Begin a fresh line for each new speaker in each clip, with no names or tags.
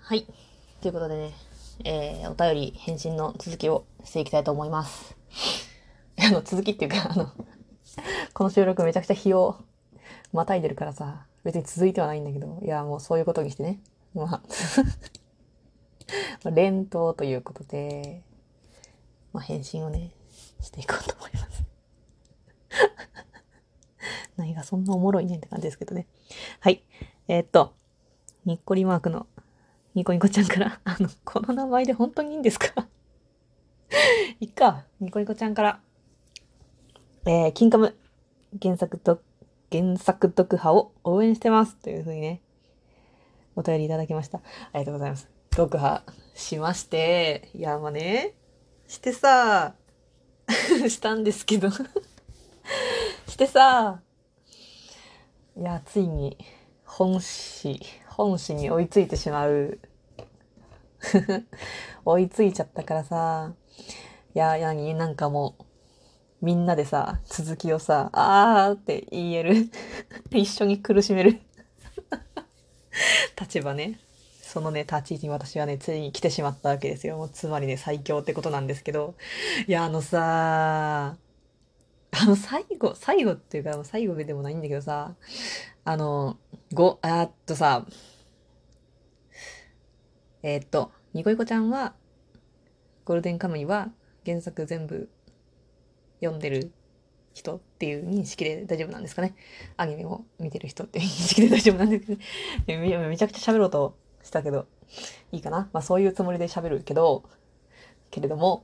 はい。ということでね、お便り返信の続きをしていきたいと思います。続きっていうか、この収録めちゃくちゃ日をまたいでるからさ、別に続いてはないんだけど、いや、もうそういうことにしてね、まあ、連投ということで、まあ、返信をね、していこうと思います。何がそんなおもろいねんって感じですけどね。はい。にっこりマークのニコニコちゃんから、この名前で本当にいいんですか？いっか、ニコニコちゃんから、キンカム原作と、原作読破を応援してます。というふうにね、お便りいただきました。ありがとうございます。読破しまして、いや、まあね、してさ、したんですけどしてさ、いや、ついに本誌に追いついてしまう。追いついちゃったからさ、いや、なんかもう、みんなでさ、続きをさ、あーって言える。一緒に苦しめる立場ね。そのね、立ち位置に私はね、ついに来てしまったわけですよ。もうつまりね、最強ってことなんですけど。いや、最後っていうか、最後でもないんだけどさ、あの、さ、ニコニコちゃんは、ゴールデンカムイは原作全部読んでる人っていう認識で大丈夫なんですかね。アニメを見てる人っていう認識で大丈夫なんですけど、めちゃくちゃ喋ろうとしたけど、いいかな。まあそういうつもりで喋るけれども、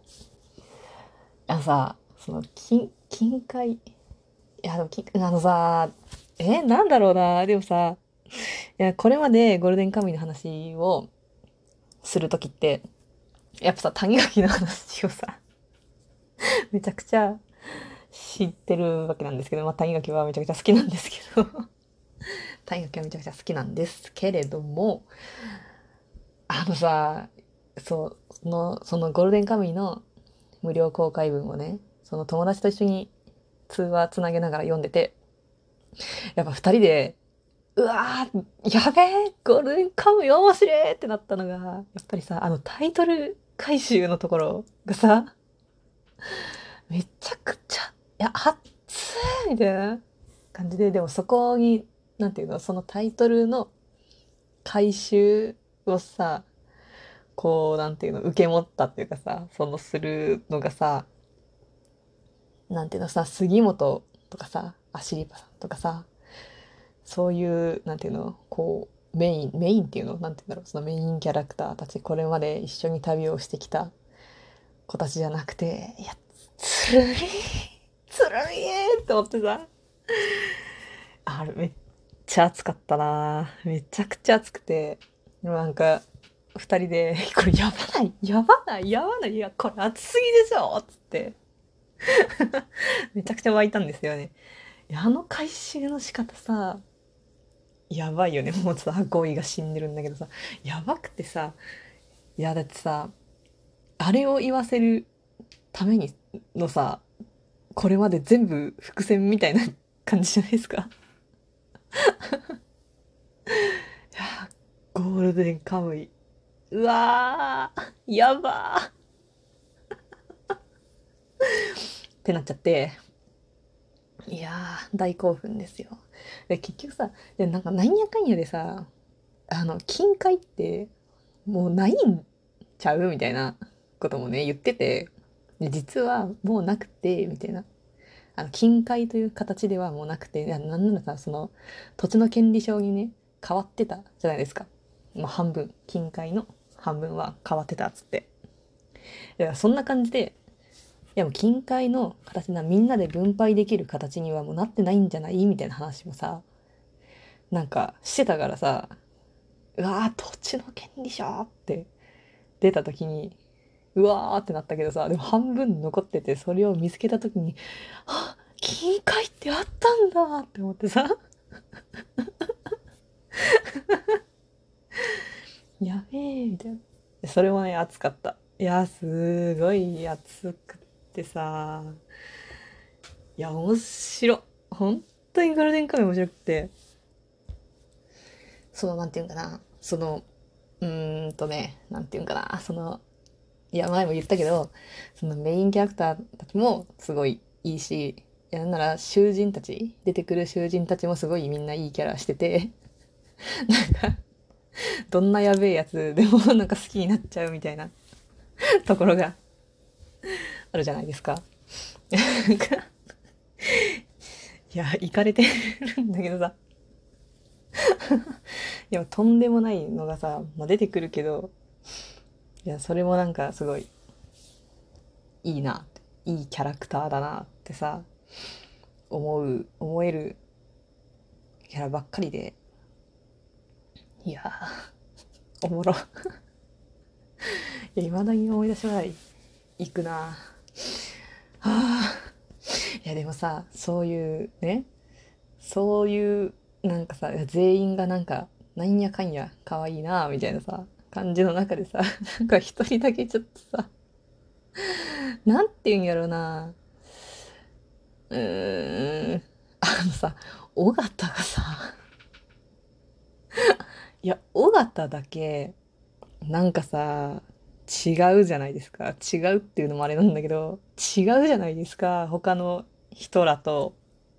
その、近海、いや、でも、なんだろうな、でもさ、いや、これまでゴールデンカムイの話をするときって、やっぱさ、谷垣の話をさ、めちゃくちゃ知ってるわけなんですけど、まあ、谷垣はめちゃくちゃ好きなんですけど、谷垣はめちゃくちゃ好きなんですけれども、あのさ、そのゴールデンカムイの無料公開文をね、その友達と一緒に通話つなげながら読んでて、やっぱ二人で、うわー、やべえ、ゴールデンカムイ面白いってなったのが、やっぱりさ、あのタイトル回収のところがさ、めちゃくちゃ、熱いみたいな感じで、でもそこに、なんていうの、そのタイトルの回収をさ、こう、なんていうの、受け持ったっていうかさ、そのするのがさ、なんていうのさ、杉本とかさ、アシリパさんとかさ、そういう、なんていうの、こう、メインっていうのなんていうんだろう、そのメインキャラクターたち、これまで一緒に旅をしてきた子たちじゃなくて、いや、つるりつるりって思ってさ、あれめっちゃ熱かったなめちゃくちゃ熱くて、でもなんか、二人で、これやばない、いや、これ熱すぎでしょつって、めちゃくちゃ湧いたんですよね。いやあの回収の仕方さ、やばいよね。もうさ、語彙が死んでるんだけどさ、やばくてさ、いやだってさ、あれを言わせるためにのさ、これまで全部伏線みたいな感じじゃないですか。いやゴールデンカムイ。うわー、やばーってなっちゃって、いやー、大興奮ですよ。で、結局さ、なんかなんやかんやでさ、金塊ってもうないんちゃうみたいなこともね、言ってて、で実はもうなくて、みたいな。金塊という形ではもうなくて、いや、なんならさ、その、土地の権利書にね、変わってたじゃないですか。もう半分、金塊の半分は変わってたっつって。いや、そんな感じで、いやもう金塊の形な、みんなで分配できる形にはもうなってないんじゃないみたいな話もさ、なんかしてたからさ、うわー、土地の権利書って出た時に、うわーってなったけどさ、でも半分残ってて、それを見つけた時に、あ、金塊ってあったんだって思ってさ、やべえ、みたいな。それもね、熱かった。いや、すごい熱くってさ、いや、面白い。本当にゴールデンカムイ面白くて、なんていうんかな、 なんていうんかな、いや、前も言ったけど、そのメインキャラクターたちもすごいいいし、いや、なんなら囚人たち、出てくる囚人たちもすごいみんないいキャラしてて、なんか、どんなやべえやつでもなんか好きになっちゃうみたいなところがあるじゃないですか。なんか、いや、イかれてるんだけどさ、いや、とんでもないのがさ、まあ、出てくるけど、いや、それもなんかすごいいいなって、いいキャラクターだなってさ、思えるキャラばっかりで、いやー、おもろ。いや、未だに思い出し笑い、行くな。はあ。いや、でもさ、そういうね、そういう、なんかさ、全員がなんか、なんやかんや、可愛いな、みたいなさ、感じの中でさ、なんか一人だけちょっとさ、なんて言うんやろな。うーん。さ、尾形がさ、いや、尾形だけ、なんかさ、違うじゃないですか。違うっていうのもあれなんだけど、違うじゃないですか。他の人らと。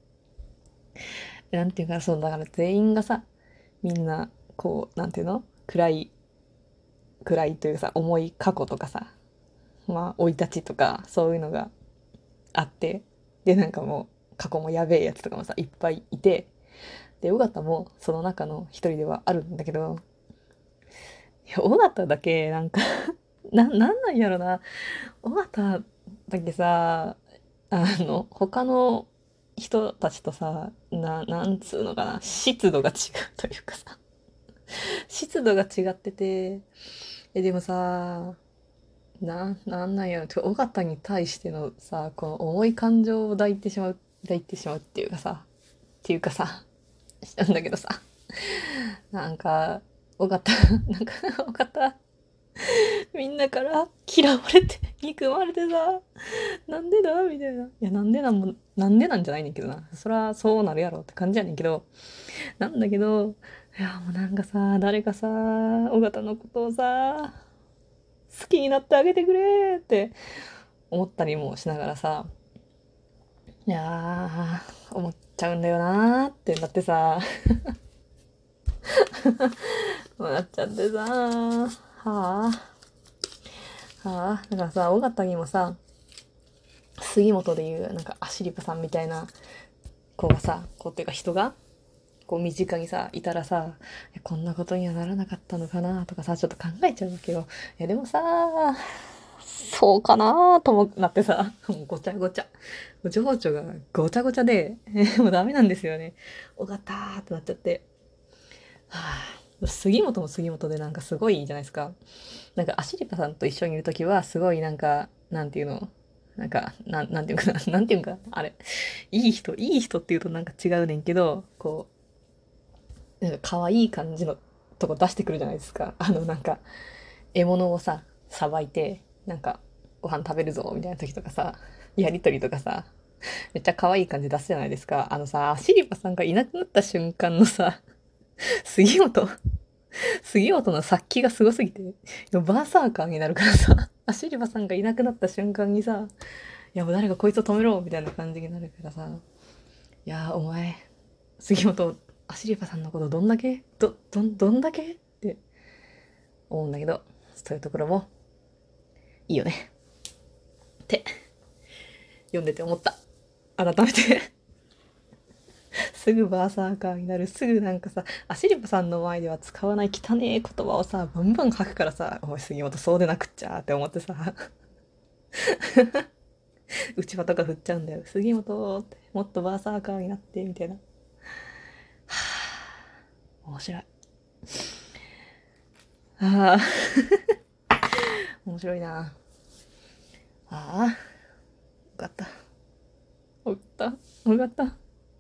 なんていうか、そう、だから全員がさ、みんな、こう、なんていうの暗いというさ、重い過去とかさ、まあ、生い立ちとか、そういうのがあって、で、なんかもう、過去もやべえやつとかもさ、いっぱいいて、で、尾形もその中の一人ではあるんだけど、いや、尾形だけ、なんかなんなんやろな。尾形だけさ、他の人たちとさ、なんつうのかな、湿度が違うというかさ、湿度が違ってて、でもさ、なんなんやろ、尾形に対してのさ、この重い感情を抱いてしまうっていうかさ、したんだけどさ、なんか、尾形、なんか、尾形、みんなから嫌われて、憎まれてさ、なんでだみたいな。いや、なんでなんじゃないねんけどな。そら、そうなるやろって感じやねんけど、なんだけど、いや、もうなんかさ、誰かさ、尾形のことをさ、好きになってあげてくれって思ったりもしながらさ、いや思っちゃうんだよなーってなってさ、なっちゃってさ、はだからさ、尾形にもさ、杉本でいう、なんかアシリパさんみたいな子がさ、子っていうか人が、こう身近にさ、いたらさ、こんなことにはならなかったのかなとかさ、ちょっと考えちゃうわけよ。いやでもさ、そうかなともなってさ、もうごちゃごちゃ。情緒がごちゃごちゃで、もうダメなんですよね。尾形ーってなっちゃって。はあ、杉本も杉本でなんかすごいいいじゃないですか。なんかアシリパさんと一緒にいるときはすごいなんか、なんていうのなんていうかな、なんていうか、あれ、いい人って言うとなんか違うねんけど、こう、なんか可愛い感じのとこ出してくるじゃないですか。なんか、獲物をさ、さばいて、なんか、ご飯食べるぞ、みたいな時とかさ、やりとりとかさ、めっちゃ可愛い感じ出すじゃないですか。アシリパさんがいなくなった瞬間のさ、杉本、杉本の殺気がすごすぎて、バーサーカーになるからさ、アシリパさんがいなくなった瞬間にさ、いやもう誰かこいつを止めろみたいな感じになるからさ、いやお前、杉本、アシリパさんのことどんだけって思うんだけど、そういうところもいいよねって読んでて思った。改めてすぐバーサーカーになる。すぐなんかさ、アシリパさんの前では使わない汚ねえ言葉をさ、バンバン吐くからさ、おい杉本そうでなくっちゃって思ってさ、うちわとか振っちゃうんだよ。杉本って、もっとバーサーカーになって、みたいな。面白い。ああ、面白いな。ああ、よかった。よかった。よかった。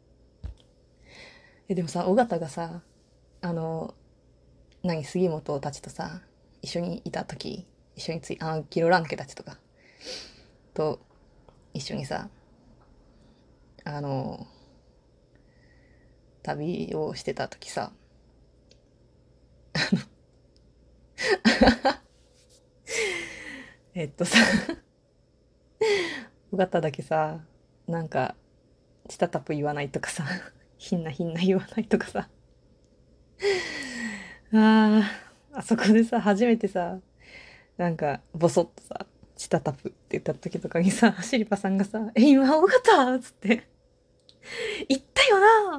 でもさ、尾形がさ、あの、杉本たちとさ、一緒にいた時、一緒にキロランケたちとか、と一緒にさ、あの、旅をしてた時さ、 さ、尾形だけさ、なんか、チタタプ言わないとかさ、ひんなひんな言わないとかさ、あそこでさ、初めてさ、なんか、ボソッとさ、チタタプって言った時とかにさ、シリパさんがさ、今、尾形っつって、言ったよな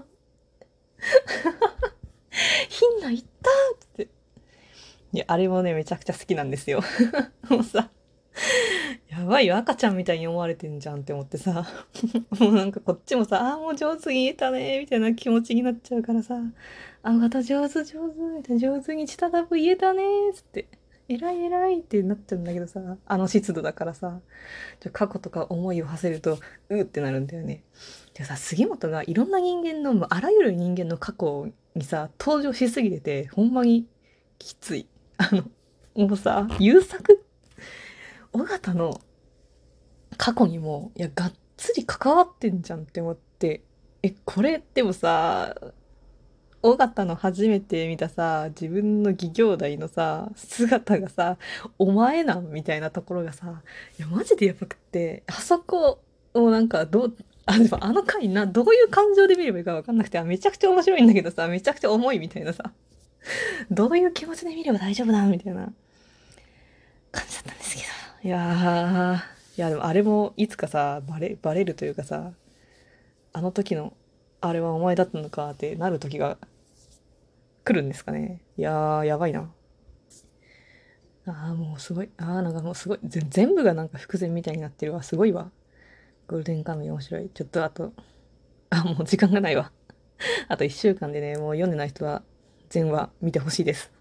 ひんな言ったっつって。いや、あれもね、めちゃくちゃ好きなんですよ。もうさ、やばいよ、赤ちゃんみたいに思われてんじゃんって思ってさ、もうなんかこっちもさ、もう上手に言えたね、みたいな気持ちになっちゃうからさ、また上手上手、みたいな、上手にチタタプ言えたね、つって、偉い偉いってなっちゃうんだけどさ、あの湿度だからさ、過去とか思いを馳せると、うーってなるんだよね。でさ、杉本がいろんな人間の、もうあらゆる人間の過去にさ、登場しすぎてて、ほんまにきつい。もうさ、優作尾形の過去にも、いや、がっつり関わってんじゃんって思って、これ、でもさ、尾形の初めて見たさ、自分の義兄弟のさ、姿がさ、お前なんみたいなところがさ、いや、マジでやばくって、あそこ、もうなんか、でもあの回な、どういう感情で見ればいいかわかんなくて、めちゃくちゃ面白いんだけどさ、めちゃくちゃ重いみたいなさ、どういう気持ちで見れば大丈夫だみたいな感じだったんですけど。いやでもあれもいつかさ、バレるというかさ、あの時の、あれはお前だったのかってなる時が来るんですかね。やばいな。もうすごい。なんかもうすごい。全部がなんか伏線みたいになってるわ。すごいわ。ゴールデンカムイ面白い。ちょっとあと、もう時間がないわ。あと1週間でね、もう読んでない人は全話見てほしいです。